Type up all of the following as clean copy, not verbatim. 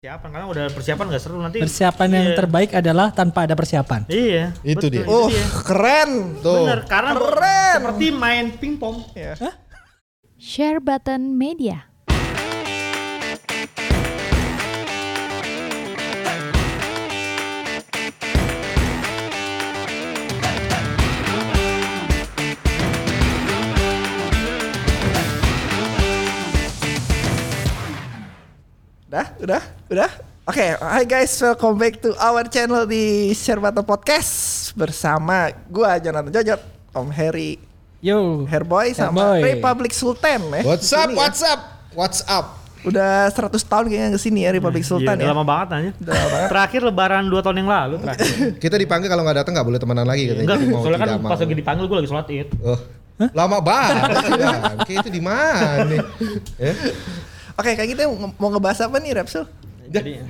Persiapan, karena udah persiapan nggak seru nanti. Persiapan yang terbaik adalah tanpa ada persiapan. Iya. Itu dia. Itu dia. Keren. Tuh. Bener, karena Keren. seperti main pingpong. Ya. Share Button Media. Udah. Oke, hi guys, welcome back to our channel di Share Button Podcast bersama gua Jonathan Jojot, Om Harry, Yo, Hairboy sama Hairboy. Republic Sultan ya. What's up? Udah 100 tahun kayaknya kesini ya Republic Sultan Iya, ya. lama banget aja. Udah lama banget. Terakhir lebaran 2 tahun yang lalu terakhir. Kita dipanggil kalau nggak datang nggak boleh temenan lagi katanya. Enggak, Jadi mau soalnya kan tidak pas mau. lagi dipanggil gue lagi sholat id. Oh, lama banget. Kayak itu di mana nih? Ya? Oke, kayak kita mau ngebahas apa nih, Repsul? Jadi,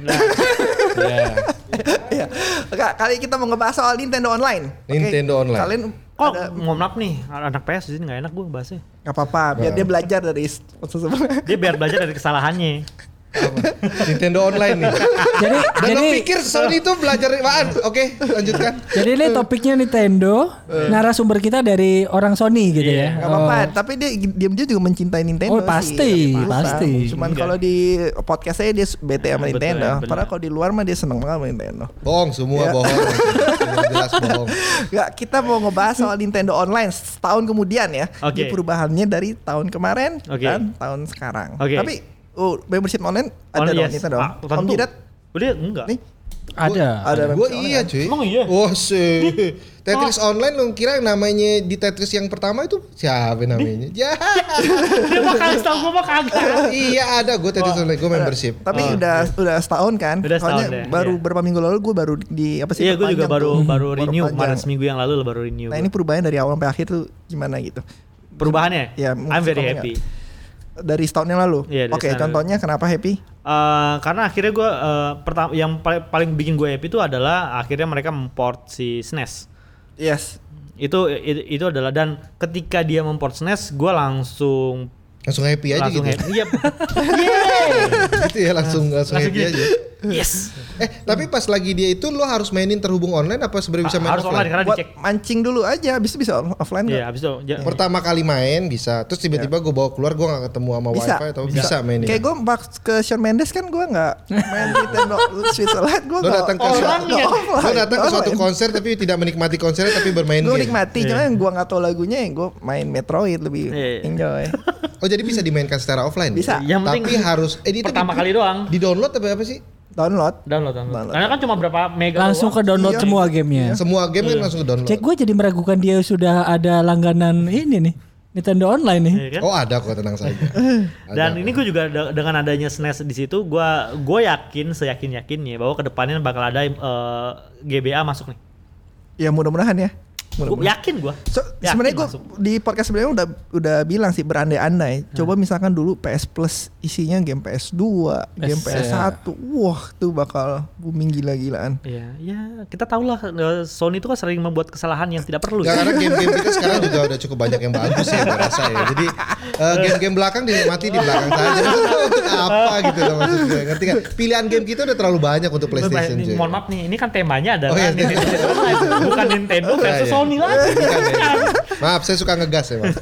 Iya. Oke, kali kita mau ngebahas soal Nintendo Online. Oke, Nintendo Online. Kalian kok ada mohon maaf nih, anak PS di sini nggak enak gue bahasnya. nggak apa-apa, biar dia belajar dari sebelumnya. Dia biar belajar dari kesalahannya. Nintendo Online nih. jadi Dan lo pikir Sony itu belajar apaan? Oke, lanjutkan. jadi ini topiknya Nintendo. Narasumber kita dari orang Sony gitu ya. Gak apa-apa, tapi dia diam-diam juga mencintai Nintendo Oh, pasti, sih. pasti. Cuman Enggak. kalau di podcast saya dia bete sama Betul, Nintendo. ya, benar. Padahal kalau di luar mah dia seneng banget sama Nintendo. Bohong, semua Ya. bohong. Semua jelas bohong. Gak, kita mau ngebahas soal Nintendo Online setahun kemudian ya. Oke. Di perubahannya dari tahun kemarin Oke. dan tahun sekarang. Oke. Tapi membership online ada Oh, dong yes. Nintendo. Tentu. Om Jidat Udah enggak. nih Ada. Gue membership iya online cuy. Emang iya? Wah sih. Tetris Online lu kira namanya di Tetris yang pertama itu siapa namanya? Ya. Dia mah kagak tahu, gue mah kagak. Iya ada gue Tetris Online, gue membership. Tapi udah setahun kan. Udah setahun Soalnya deh, baru iya. berapa minggu lalu gue baru di apa sih? Iya, gue juga perpanjang baru tuh. renew perpanjang. kemarin seminggu yang lalu baru renew. Nah, ini perubahannya dari awal sampai akhir tuh gimana gitu. Perubahannya? Ya, I'm very mungkin happy. Dari setahun yang lalu. Iya, dari Oke, setahun contohnya kenapa happy? Karena akhirnya gue pertama yang paling bikin gue happy itu adalah akhirnya mereka memport si SNES. Yes. Itu adalah, dan ketika dia memport SNES, gue langsung Happy aja gitu. happy. Iya. Gitu ya langsung happy gini. aja. Yes. Tapi pas lagi dia itu lo harus mainin terhubung online apa sebenarnya bisa main Harus online karena Buat dicek. mancing dulu aja, habis itu bisa offline Iya, nggak? habis itu Pertama kali main bisa, terus tiba-tiba gue bawa keluar gue nggak ketemu sama Bisa. wifi atau bisa mainin. Kayak gue ke Shawn Mendes kan gue nggak main Nintendo Switch Lite, gue Lo datang ke Orangnya. lo datang ke suatu konser tapi tidak menikmati konsernya tapi bermain Gue game. nikmati, cuma yang gue nggak tahu lagunya, yang gue main Metroid lebih Iya. enjoy. Oh jadi bisa dimainkan secara offline? Bisa. Yang penting Tapi harus itu pertama kali doang. di download apa sih? Download. Download. Download. Karena kan cuma berapa mega Langsung ke doang. download Iya. semua gamenya. Semua game kan langsung ke download. Cek gue jadi meragukan dia sudah ada langganan ini nih. Nintendo Online nih. Iya kan? Oh ada kok, tenang saja. Dan Ada. ini gue juga dengan adanya SNES di situ, gue yakin seyakin-yakinnya bahwa kedepannya bakal ada GBA masuk nih. Ya mudah-mudahan ya. Gue yakin gue. Yakin Sebenarnya gue masuk. di podcast sebelumnya udah bilang sih berandai-andai. Coba misalkan dulu PS Plus isinya game PS2, game PS1. Wah, tuh bakal booming gila-gilaan. Iya, ya kita tahu lah Sony itu kan sering membuat kesalahan yang tidak perlu. Nggak, karena game-game kita sekarang juga udah cukup banyak yang bagus ya gue rasa ya. Jadi game-game belakang dinikmati di belakang saja. Maksudnya untuk apa gitu loh maksudnya. Ngerti kan? Pilihan game kita udah terlalu banyak untuk PlayStation. Ini, cuy. mohon maaf nih, ini kan temanya adalah Oh, iya. Nintendo Online, bukan Nintendo versus Iya. Sony lagi. Bukan, ya. Maaf saya suka ngegas ya Mas.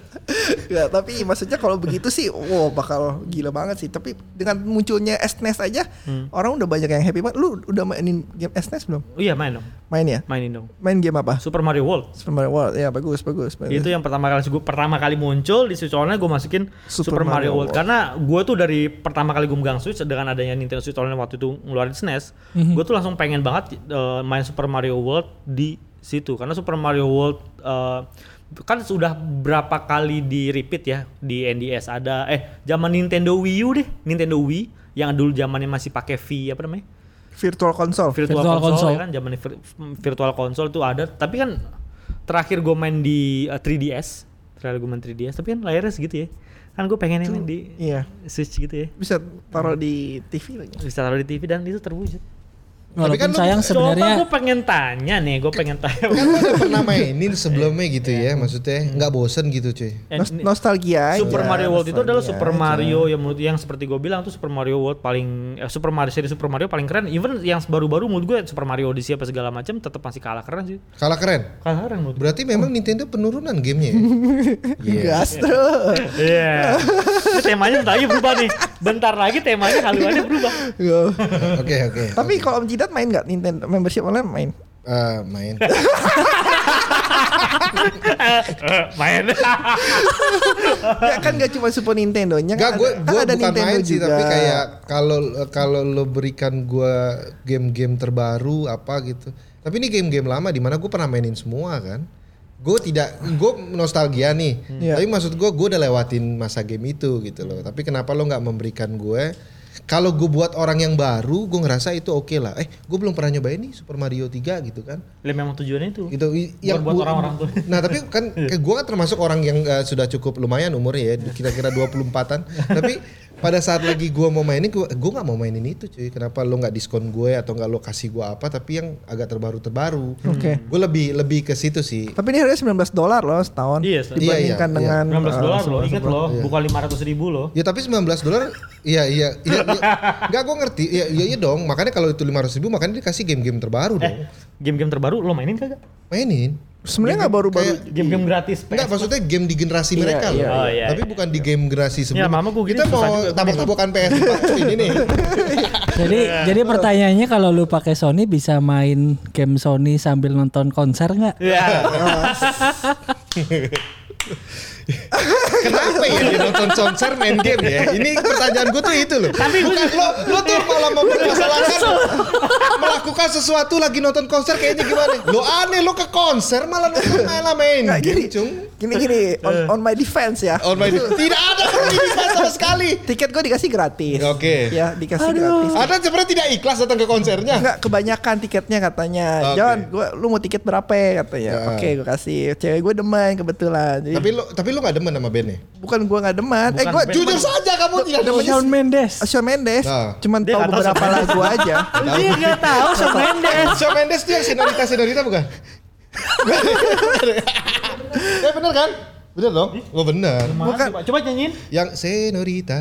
Ya, tapi maksudnya kalau begitu sih, wow bakal gila banget sih. Tapi dengan munculnya SNES aja, orang udah banyak yang happy banget. Lu udah mainin game SNES belum? Oh iya, main dong. Main ya? Mainin dong. Main game apa? Super Mario World. Super Mario World. Ya bagus. Itu yang pertama kali muncul di Switch Online, gue masukin Super Super Mario Mario World. World. Karena gue tuh dari pertama kali gue megang Switch dengan adanya Nintendo Switch Online waktu itu ngeluarin SNES, gue tuh langsung pengen banget main Super Mario World di situ. Karena Super Mario World kan sudah berapa kali di repeat ya di NDS, ada zaman Nintendo Wii U deh, Nintendo Wii yang dulu zamannya masih pakai V apa namanya? Virtual Console. Virtual Virtual console, console. ya kan zaman Virtual Console tuh ada, tapi kan terakhir gue main di 3DS, tapi kan layarnya segitu ya. Kan gue pengen main di Iya. Switch gitu ya. Bisa taruh di TV lagi. Bisa taruh di TV dan itu terwujud. Walaupun kan lu- sayang Coba sebenarnya gue pengen tanya. Kan lu udah pernah mainin sebelumnya gitu ya, maksudnya nggak bosen gitu cuy. Nostalgia aja. Super Mario World itu adalah nostalgia Super aja. Mario yang menurut yang seperti gue bilang tuh Super Mario World paling seri Super Mario paling keren. Even yang baru-baru menurut gue Super Mario Odyssey apa segala macam tetap masih kalah keren sih. Kalah keren. Kalah keren menurut gue. Berarti memang Nintendo penurunan gamenya ya? Iya. Gas tuh. Iya. Ini temanya bentar lagi berubah nih. Bentar lagi temanya haluannya berubah. Oke. Tapi kalau Om Jidat main nggak Nintendo membership online main? Main. Main. Ya kan gak cuma Super Nintendo-nya. Enggak, gue ada bukan Nintendo main sih, juga. tapi kayak kalau lo berikan gue game-game terbaru apa gitu. Tapi ini game-game lama di mana gue pernah mainin semua kan. Gue nostalgia nih. Iya. Tapi maksud gue udah lewatin masa game itu gitu loh. Tapi kenapa lo nggak memberikan gue? Kalau gue buat orang yang baru, gue ngerasa itu oke lah. Gue belum pernah nyobain nih Super Mario 3 gitu kan. Memang tujuannya itu. Gitu Buat orang-orang tuh. Nah tapi kan gue kan termasuk orang yang sudah cukup lumayan umurnya ya, kira-kira 24-an. Tapi pada saat lagi gue mau mainin, gue nggak mau mainin itu cuy. Kenapa lo nggak diskon gue atau nggak lo kasih gue apa? Tapi yang agak terbaru. Oke. Gue lebih ke situ sih. Tapi ini harganya $19 loh setahun. Iya, Dibandingkan iya. dengan $19 loh, inget loh, Iya. bukan 500.000 loh. Ya tapi $19, iya. Enggak, gue ngerti. Iya dong. Makanya kalau itu 500.000, makanya dikasih game-game terbaru dong. Game-game terbaru lo mainin kagak? Mainin. Sebenarnya nggak baru-baru. Game-game gratis. Enggak, maksudnya game di generasi Iya, mereka iya, loh. Oh, iya, Tapi iya. bukan di game generasi sebelumnya. mama gua gini Kita susah mau juga. tabok-tabokan PS4 ini nih. Jadi pertanyaannya kalau lu pakai Sony bisa main game Sony sambil nonton konser nggak? Iya. Kenapa ya dia nonton konser main game ya? Ini pertanyaan gue tuh itu loh. Tapi bukan lo tuh malah mempermasalahkan melakukan sesuatu lagi nonton konser kayaknya gimana? Lo aneh lo ke konser malah main Nggak, game, gini. cung. Gini, on my defense ya. On my tidak ada permintaan sama sekali. Tiket gue dikasih gratis. Oke. Ya dikasih gratis. Ada sebenarnya tidak ikhlas datang ke konsernya. Enggak, kebanyakan tiketnya katanya. Oke. John, lu mau tiket berapa katanya. Ya. Oke, gue kasih. Cewek gue demen kebetulan. Jadi, Tapi lo gak demen sama bandnya? bukan gue nggak demen. Bukan Gue band. Jujur saja kamu tidak demen. Shawn Mendes. Shawn Mendes. Nah. Cuman Dia tahu nggak tahu beberapa Shawn lagu aja. Dia nggak tahu Shawn Mendes. Shawn Mendes tuh yang Senorita bukan? Ya bener kan? Bener dong? Oh bener. Bukan. Coba nyanyiin. Yang Senorita.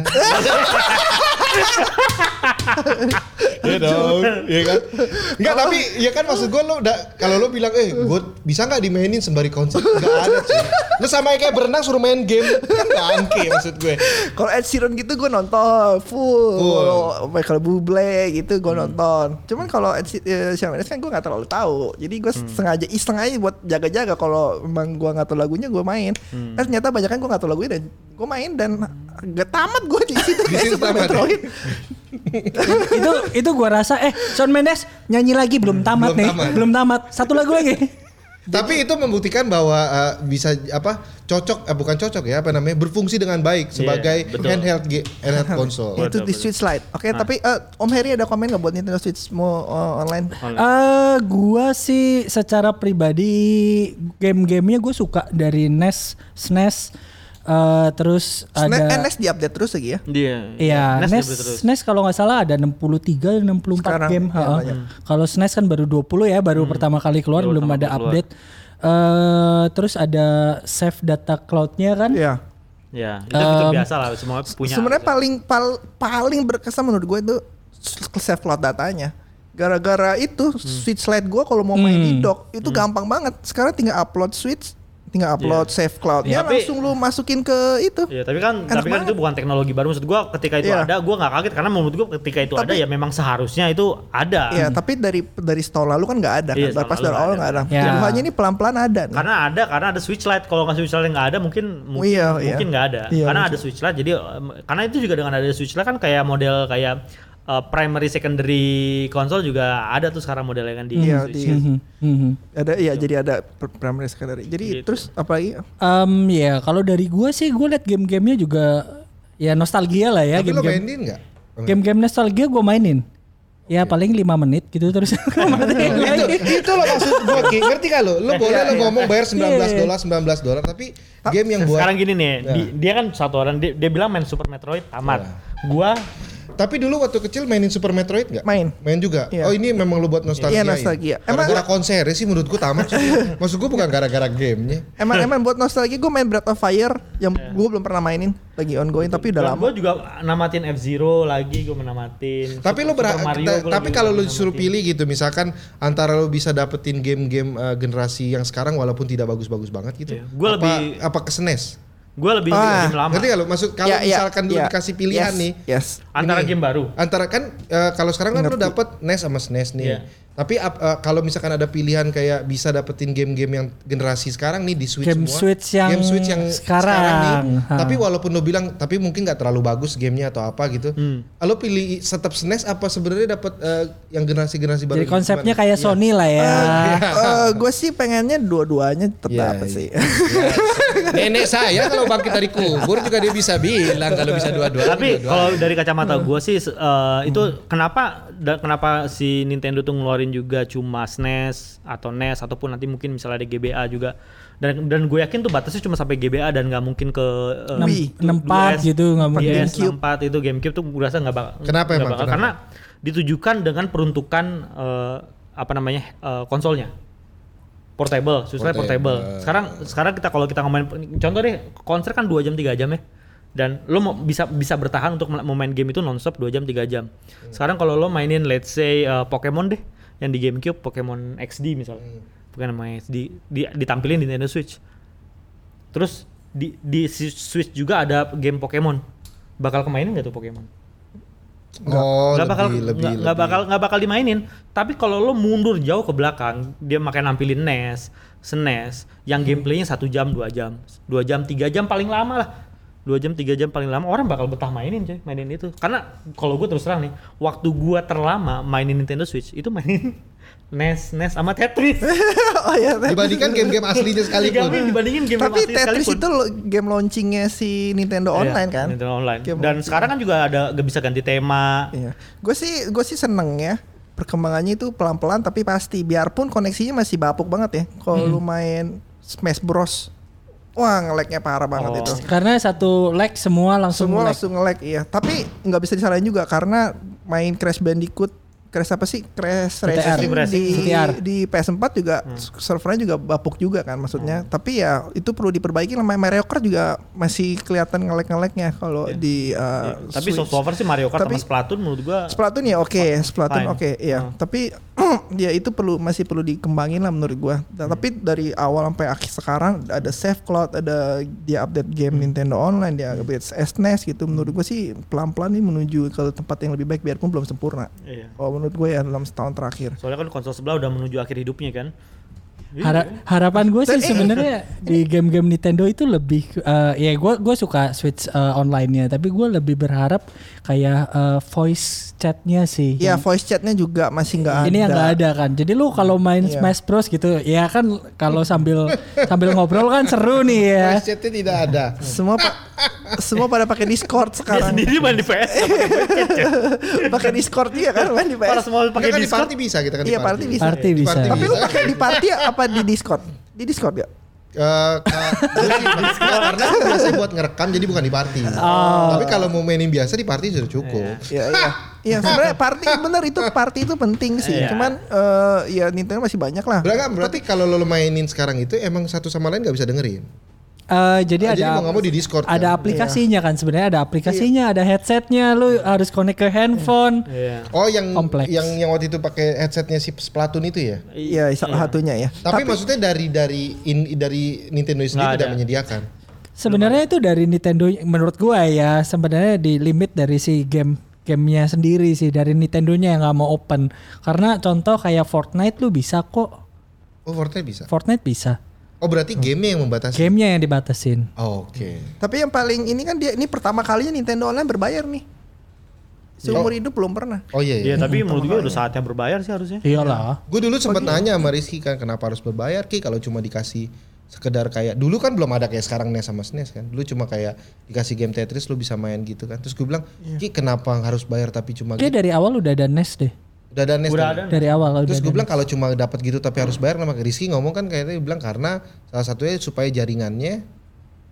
Iya dong, iya kan? Enggak, tapi ya kan maksud gue lo udah kalau lo bilang gue bisa nggak dimainin sembari konser? Nggak ada sih. Lo sama kayak berenang suruh main game kan bangke maksud gue. Kalau Ed Sheeran gitu gue nonton full. Kalau Michael Bublé gitu gue nonton. Cuman kalau Shawn Mendes kan gue nggak terlalu tahu. Jadi gue sengaja iseng aja buat jaga-jaga kalau memang gue nggak tahu lagunya gue main. Ternyata banyak kan gue nggak tahu lagunya dan gue main dan gak tamat gue di situ Di kayak situ Super tamat. Metroid. itu gua rasa Shawn Mendes nyanyi lagi belum tamat Belum nih. tamat. Belum tamat. Satu lagu lagi. Tapi itu membuktikan bahwa bisa cocok bukan cocok ya berfungsi dengan baik sebagai betul. handheld console. Itu di Switch Lite. Oke, tapi Om Heri ada komen nggak buat Nintendo Switch mau online? Gua sih secara pribadi game-gamenya gue suka dari NES, SNES, terus ada NES diupdate terus lagi ya? Dia. Iya, Nes terus. SNES kalau nggak salah ada 63 64 Sekarang, game. ya, banyak. Kalau SNES kan baru 20 ya, baru pertama kali keluar, Baru belum pertama ada kali keluar. update. Terus ada save data cloud-nya kan? Iya. Ya, itu fitur biasa lah semua punya. Sebenarnya paling berkesan menurut gue itu save cloud datanya. Gara-gara itu Switch Lite gue kalau mau main di dock itu gampang banget. Sekarang tinggal upload Switch, tinggal upload save cloud-nya, Tapi- langsung lu masukin ke itu. Iya, tapi kan Enak itu banget. bukan teknologi baru. Maksud gua ketika itu Iya. ada, gua nggak kaget karena menurut gua ketika itu ada Tapi- ya memang seharusnya itu ada. Iya, tapi dari setahun lalu kan nggak ada. Iya, Kan? setahun Pas dari lalu awal nggak nggak ada. ada. Ya. Keluhannya ini pelan-pelan ada. nih. Karena ada Switch Lite. Kalau nggak Switch Lite nggak ada, mungkin Iya, mungkin nggak ada. Iya, Karena mungkin. ada Switch Lite. Jadi karena itu juga dengan ada Switch Lite kan kayak model kayak primary secondary konsol juga ada tuh sekarang modelnya kan di Iya, Switch. Ada jadi ada primary secondary. Jadi Gitu. terus apa lagi? Ya kalau dari gue sih gue liat game-gamenya juga ya nostalgia lah ya. Tapi lo Game-game mainin nggak? game-game nostalgia gue mainin. Ya paling 5 menit gitu terus. itu loh maksud gue Ki, ngerti gak lo? Lo boleh Iya, lo iya. ngomong bayar $19 tapi game yang buat Sekarang gini nih, dia kan satu orang dia bilang main Super Metroid tamat. Gua Tapi dulu waktu kecil mainin Super Metroid nggak? Main juga. Iya. Oh ini memang lu buat nostalgia. Iya, nostalgia. Gara-gara konser sih menurutku tamat sih. Maksud gue bukan gara-gara gamenya. Emang buat nostalgia gue main Breath of Fire yang gue belum pernah mainin, lagi ongoing tapi udah lama. Gue juga namatin F-Zero lagi, gue menamatin. Tapi lu tapi kalau lu disuruh pilih gitu, misalkan antara lu bisa dapetin game-game generasi yang sekarang walaupun tidak bagus-bagus banget gitu. Iya. Gua apa ke SNES? Gue lebih game lama. Ngerti gak lu? Maksud kalau misalkan lu dikasih pilihan nih. Antara game baru. Antara kan kalau sekarang kan lu dapet NES sama SNES nih. Tapi kalau misalkan ada pilihan kayak bisa dapetin game-game yang generasi sekarang nih di Switch game semua. Game Switch yang sekarang nih. Tapi walaupun lu bilang tapi mungkin nggak terlalu bagus gamenya atau apa gitu. Lu pilih tetap SNES apa sebenarnya dapet yang generasi baru? Jadi konsepnya kayak Sony lah ya. Gue sih pengennya dua-duanya tetap sih. Nenek saya kalau bangkit dari kubur juga dia bisa bilang kalau bisa dua-duanya. Tapi kalau dari kacamata gue sih itu kenapa si Nintendo tuh ngeluarin juga cuma SNES atau NES ataupun nanti mungkin misalnya ada GBA juga, dan gue yakin tuh batasnya cuma sampai GBA dan nggak mungkin ke 64 gitu, nggak mungkin. GameCube 64 itu GameCube tuh gue rasa nggak bakal. Kenapa emang? Karena ditujukan dengan peruntukan konsolnya portable, susahnya portable. Sekarang kalau kita ngomongin contoh deh, konser kan 2 jam 3 jam ya. Dan lo bisa bertahan untuk main game itu nonstop 2 jam 3 jam. Sekarang kalau lo mainin let's say Pokemon deh yang di GameCube, Pokemon XD misalnya. Pokemon XD ditampilin di Nintendo Switch. Terus di Switch juga ada game Pokemon. Bakal kemainin enggak tuh Pokemon? Nggak bakal dimainin. Tapi kalau lo mundur jauh ke belakang, dia makin nampilin NES, SNES yang gameplaynya 1 jam, 2 jam, 3 jam paling lama lah. 2 jam 3 jam paling lama orang bakal betah mainin itu. Karena kalau gue terus terang nih, waktu gue terlama mainin Nintendo Switch itu mainin NES sama Tetris. Dibandingkan game-game aslinya sekalipun. Dibandingin game tapi asli Tetris sekalipun. itu game launchingnya si Nintendo Online kan. Nintendo Online. Game Dan sekarang kan juga gak bisa ganti tema. Iya. Gue sih seneng ya. Perkembangannya itu pelan-pelan tapi pasti. Biarpun koneksinya masih bapuk banget ya. Kalau lu main Smash Bros. Wah, nge-lag-nya parah banget itu. Karena satu lag semua langsung nge-lag, iya. Tapi nggak bisa disalahin juga karena main Crash Bandicoot, Crash Racing di PS4 juga servernya juga bapuk juga kan maksudnya. Tapi ya itu perlu diperbaiki lah. Mario Kart juga masih kelihatan nge-lag-nya kalau di Tapi Switch. so far sih Mario Kart sama Splatoon menurut gua. Splatoon ya oke. Iya. Tapi ya itu masih perlu dikembangin lah menurut gua. Tapi dari awal sampai akhir sekarang ada Save Cloud, ada dia update game Nintendo Online, dia update SNES gitu. Menurut gua sih pelan-pelan nih menuju ke tempat yang lebih baik biarpun belum sempurna. Iya. Menurut gue ya dalam setahun terakhir. Soalnya kan konsol sebelah udah menuju akhir hidupnya kan. Harapan gue sih sebenarnya di game-game Nintendo itu lebih ya gue suka Switch online-nya, tapi gue lebih berharap kayak voice chat-nya sih. Iya, voice chat-nya juga masih nggak ada. Ini yang nggak ada kan. Jadi lu kalau main Smash Bros gitu, ya kan kalau sambil ngobrol kan seru nih ya. Voice chat-nya tidak ada. Semua pada pakai Discord sekarang. Dia sendiri main di PS. Pakai Discord dia kan main di PS. Para semua pakai Discord. Di party bisa kita kan. Iya, party bisa. Party bisa. Tapi lu pakai di party apa di Discord? Di Discord ya? Karena biasanya buat ngerekam jadi bukan di party. Tapi kalau mau mainin biasa di party sudah cukup. Iya, sebenarnya party itu penting sih. Cuman ya Nintendo masih banyak lah. Berarti kalau lo mainin sekarang itu emang satu sama lain nggak bisa dengerin. Jadi ada mau nggak mau di Discord. Ada aplikasinya kan sebenarnya, ada aplikasinya, ada headsetnya, lu harus connect ke handphone. Oh, yang kompleks. yang waktu itu pakai headsetnya si Splatoon itu ya? Iya, salah satunya ya. Tapi maksudnya dari Nintendo sendiri tidak menyediakan. Sebenarnya itu dari Nintendo menurut gua ya, sebenarnya di limit dari si gamenya sendiri sih, dari Nintendonya yang nggak mau open. Karena contoh kayak Fortnite lu bisa kok. Oh, Fortnite bisa. Fortnite bisa. Oh, berarti gamenya yang membatasi. Gamenya yang dibatasin. Oh, oke. Tapi yang paling ini kan ini pertama kalinya Nintendo Online berbayar nih. Seumur hidup belum pernah. Oh iya. Iya, tapi menurut gue udah saatnya berbayar sih harusnya. Iyalah. Gue dulu sempat nanya sama Rizky kan kenapa harus berbayar Ki kalau cuma dikasih sekedar kayak dulu kan belum ada kayak sekarang NES sama SNES kan. Dulu cuma kayak dikasih game Tetris lu bisa main gitu kan. Terus gue bilang, Ki kenapa harus bayar tapi cuma Kayak dari awal udah ada NES deh. Udah ada NES. Dari awal. Terus gue bilang kalau cuma dapat gitu tapi harus bayar, nama Rizky ngomong kan kayaknya bilang karena salah satunya supaya jaringannya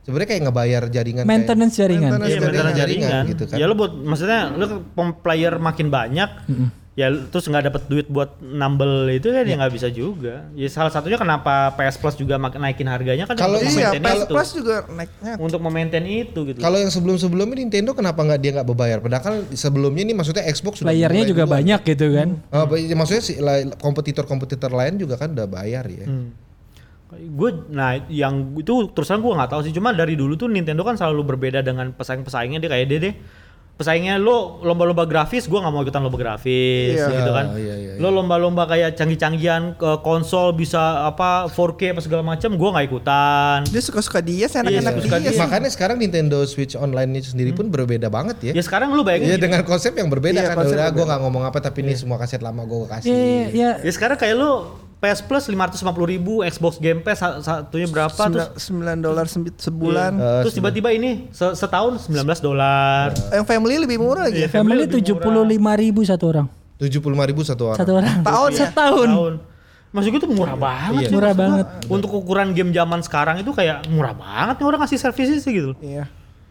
sebenarnya kayak ngebayar jaringan Maintenance jaringan. Iya, maintenance jaringan gitu kan. Ya lo buat maksudnya lo player makin banyak ya terus nggak dapat duit buat nambel itu kan ya nggak bisa juga. Ya salah satunya kenapa PS Plus juga naikin harganya kan Kalau untuk Iya, maintain PS itu. Plus juga naiknya. Untuk memaintain itu gitu. Kalau yang sebelum-sebelumnya Nintendo kenapa dia nggak berbayar? Padahal kan sebelumnya ini maksudnya Xbox sudah Playernya mulai juga duluan. banyak gitu kan. Maksudnya kompetitor-kompetitor lain juga kan udah bayar ya. Gue yang itu terusan gue nggak tahu sih, cuma dari dulu tuh Nintendo kan selalu berbeda dengan pesaing-pesaingnya. Dia kayak dia deh pesaingnya lo lomba-lomba grafis, gue nggak mau ikutan lomba grafis gitu kan. Iya. Lo lomba-lomba kayak canggih-canggihan ke konsol bisa apa 4K apa segala macam, gue nggak ikutan. Dia suka-suka dia, enak-enak suka dia. dia. Makanya sekarang Nintendo Switch Online ini sendiri pun berbeda banget ya. Ya sekarang lo bayangin Iya dengan konsep yang berbeda Iya, kan. konsep Udah gue berbeda. nggak ngomong apa tapi ini semua kaset lama gue kasih. Iya. ya sekarang kayak lo PS Plus 550.000, Xbox Game Pass satunya berapa terus $9 sebulan. terus tiba-tiba ini setahun $19. Yang family lebih murah lagi. Iya. Family lebih 75.000 satu orang. 75.000 satu orang. Satu orang. Tahun ya? Setahun. Maksud gue tuh murah banget. Iya. sih, Murah maksud gua. banget. Untuk ukuran game zaman sekarang itu kayak murah banget nih orang ngasih servisnya sih gitu. Iya.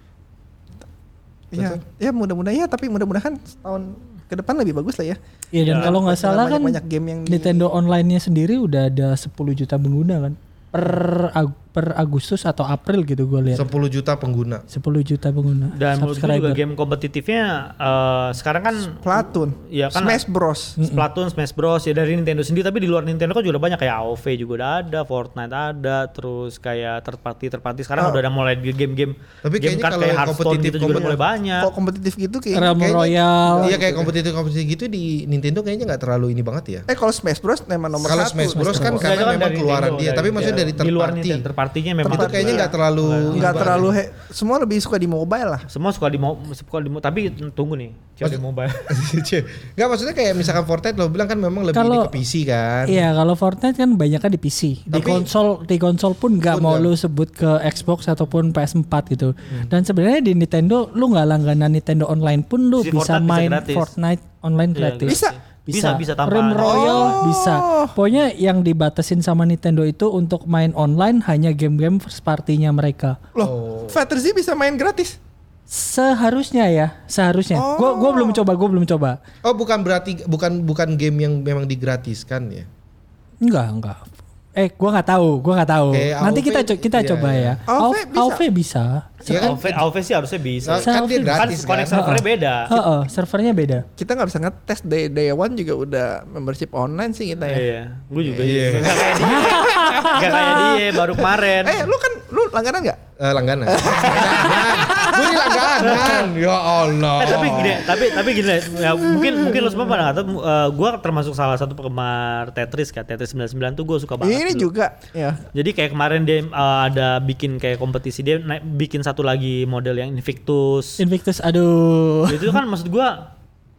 Iya, ya mudah-mudahan ya, tapi mudah-mudahan setahun ke depan lebih bagus lah ya. Iya dan Ya, kalau nggak salah kan banyak game yang Nintendo Online-nya sendiri udah ada 10 juta pengguna kan per Agustus atau April gitu gue lihat. 10 juta pengguna. 10 juta pengguna. Dan menurut gue juga subscriber. game kompetitifnya sekarang kan Splatoon, ya kan Smash Bros. Splatoon, Smash Bros ya dari Nintendo sendiri, tapi di luar Nintendo kan juga udah banyak kayak AoV juga udah ada, Fortnite ada, terus kayak third party sekarang udah ada mulai game-game Tapi game kayaknya card kalau kayak yang Hearthstone kompetitif gitu juga udah mulai banyak. Kalau kompetitif gitu Realm kayaknya. Royale. Iya kayak kompetitif gitu di Nintendo kayaknya nggak terlalu ini banget ya. Kalau Smash Bros memang nomor Kalau 1. Smash Bros kan Nggak, karena itu kan memang dari keluaran Nintendo, dia, tapi maksudnya dari di third luar party. Nintendo, third party-nya memang Itu kayaknya nggak terlalu Enggak terlalu semua lebih suka di mobile lah. semua suka tapi tunggu nih, di mobile. Nggak maksudnya kayak misalkan Fortnite lo bilang kan memang lebih Kalau- ini ke PC kan. Iya, kalau Fortnite kan banyak kan di PC. Di konsol pun nggak Pun mau nggak. lu sebut ke Xbox ataupun PS4 gitu. Dan sebenarnya di Nintendo lu nggak langganan Nintendo Online pun lu Si bisa Fortnite bisa main gratis. Fortnite online Iya, gratis. Bisa tambahan. Realm Royale Oh. bisa. Pokoknya yang dibatasin sama Nintendo itu untuk main online hanya game-game first party-nya mereka. Loh, Fighter Z bisa main gratis. Seharusnya. Gua belum coba. Oh bukan berarti bukan game yang memang digratiskan ya. Enggak. Gua nggak tahu. Kayak Nanti AoV, kita iya, coba iya. ya. AoV bisa. AoV bisa. Iya kan? AoV sih harusnya bisa. Kan dia Selfie. gratis kan. Connect servernya beda. Servernya beda. Kita nggak bisa ngetes day one juga udah membership online sih kita ya. Iya, gue juga. Iya. Gak kayak dia baru kemarin. Lu langganan nggak? Langganan. Gue ini langganan. Ya Allah. Tapi gini ya, mungkin lo semua pada nggak tahu, gue termasuk salah satu penggemar Tetris kan. Tetris 99 tuh gue suka banget. Ini dulu. juga ya. Jadi kayak kemarin dia ada bikin kayak kompetisi, dia bikin satu lagi model yang Invictus. Aduh. Itu kan maksud gua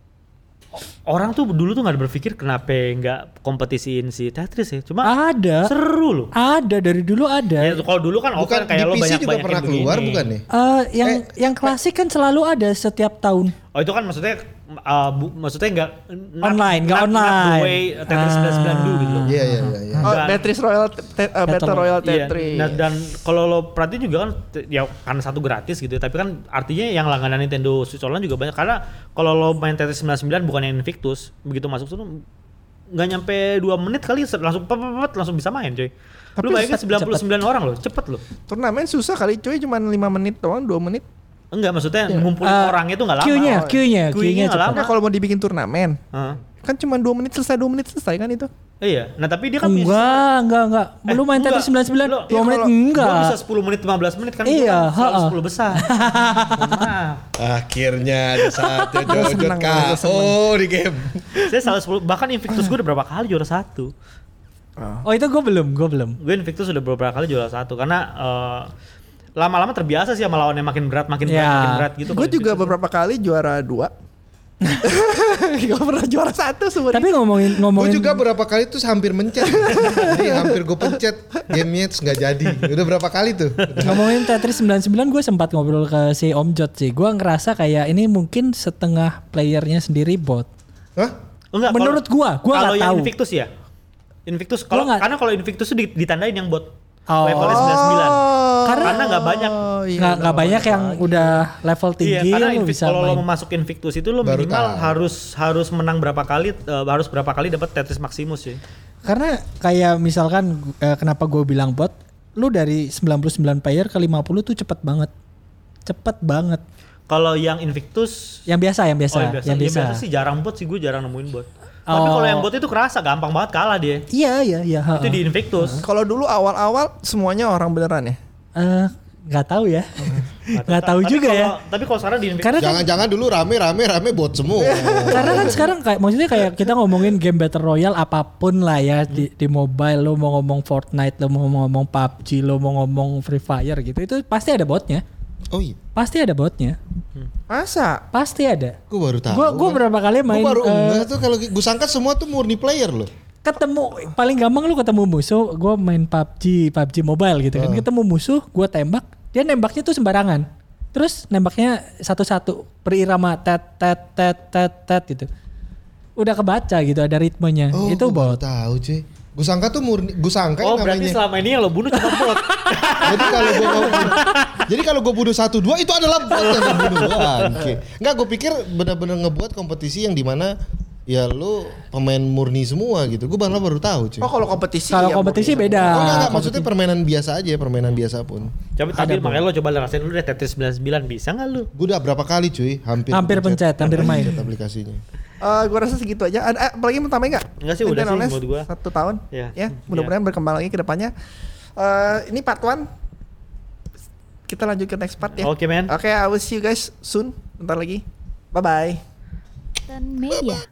orang tuh dulu tuh nggak berpikir kenapa nggak kompetisiin si Tetris ya. Cuma Ada. seru loh. Ada dari dulu ada. Ya, kalau dulu kan Bukan offline kayak di lo PC banyak juga pernah keluar bukan ya? Yang klasik kan selalu ada setiap tahun. Oh itu kan maksudnya maksudnya nggak Online, nggak not the online. way Tetris 99 dulu gitu loh. Iya. Oh, Dan- Tetris Royal Battle Royale Iya, Tetris. dan kalau lo perhatiin juga kan ya karena satu gratis gitu, tapi kan artinya yang langganan Nintendo Switch Online juga banyak, karena kalau lo main Tetris 99 bukan yang Invictus, begitu masuk situ nggak nyampe 2 menit kali langsung bisa main coy. Tapi Lu bayangin cepet. 99 orang loh, cepet loh. Turnamen susah kali cuy, cuma 5 menit doang, 2 menit. Enggak, maksudnya ngumpulin orangnya tuh nggak lama. Queuenya Queuenya nggak cepat. lama. Nah, kalau mau dibikin turnamen, Heeh. kan cuma 2 menit selesai kan itu. Iya, nah tapi dia kan Enggak. Belum main Tetris 99 Lo- 2 menit Gua enggak. bisa 10 menit 15 menit kan. Iya, gua selalu ha-ha. 10 besar. Mohon maaf. Akhirnya ada saatnya Gua Jojo seneng, gua KO di game. Saya selalu 10, bahkan Invictus gue udah berapa kali juara 1. Oh itu gue belum. Gue Invictus udah beberapa kali juara 1 karena lama-lama terbiasa sih sama lawannya makin berat gitu. Gue kalau juga Invictus. beberapa kali juara 2. Gak pernah juara 1 sebenarnya. Tapi ngomongin Gue juga berapa kali tuh hampir mencet. Jadi hampir gue pencet gamenya terus nggak jadi. Udah berapa kali tuh? ngomongin Tetris 99 gue sempat ngobrol ke si Om Jot sih. Gue ngerasa kayak ini mungkin setengah playernya sendiri bot. Hah? Enggak, Menurut gua kalau nggak yang tahu. Invictus ya. Invictus kalau Gua nggak- karena kalau Invictus tuh ditandain yang bot. levelnya 99. Karena nggak banyak. Nggak banyak yang udah level tinggi. Iya, karena lu bisa kalau lo main. mau masuk Invictus itu lo Baru minimal tahu. harus menang berapa kali, harus berapa kali dapat Tetris Maximus sih. Karena kayak misalkan kenapa gue bilang bot, lu dari 99 player ke 50 tuh cepet banget. Kalau yang Invictus, Yang biasa. yang biasa sih jarang bot sih, gue jarang nemuin bot. Tapi kalau yang bot itu kerasa gampang banget kalah dia. Iya. Itu di Invictus. Kalau dulu awal-awal semuanya orang beneran ya? Nggak tahu ya. Nggak tahu juga ya. Tapi kalau sekarang di Invictus, Karena kan, Jangan-jangan dulu rame bot semua. karena kan sekarang maksudnya kayak kita ngomongin game Battle Royale apapun lah ya di mobile, lo mau ngomong Fortnite, lo mau ngomong PUBG, lo mau ngomong Free Fire gitu, itu pasti ada botnya. Oh iya, Pasti ada botnya. Masa? Pasti ada. gue baru tahu. Gue berapa kali main Gue baru enggak tuh kalau gue sangka semua tuh murni player loh. ketemu paling gampang lu ketemu musuh. Gue main PUBG Mobile gitu kan. Ketemu musuh, gue tembak, dia nembaknya tuh sembarangan. Terus nembaknya satu-satu berirama tet gitu. Udah kebaca gitu, ada ritmenya. Oh, Itu gue baru bot. tahu cuy. Gue sangka tuh murni, gue sangka oh yang berarti namanya. selama ini yang lo bunuh cuma bot. Jadi kalau gue bunuh 1-2 itu adalah bot yang membunuh. Oke. Enggak, gue pikir benar-benar ngebuat kompetisi yang dimana ya lu pemain murni semua gitu. Gue baru tahu cuy. Oh kalau kompetisi Kalau ya, kompetisi mungkin. beda. Oh enggak, maksudnya permainan biasa aja, permainan biasa pun. Tapi makanya lo coba rasain dulu deh Tetris 99, bisa nggak lu? Gue udah berapa kali cuy, hampir pencet, hampir main. aplikasinya. Gue rasa segitu aja. Apalagi mau tambahin nggak? Enggak sih, udah sih Nintendo menurut gua. 1 tahun. Iya. Ya, mudah-mudahan berkembang lagi ke depannya. Ini part 1. Kita lanjut ke next part ya. Oke, man. Oke, I will see you guys soon. Bentar lagi. Bye bye. Dan media.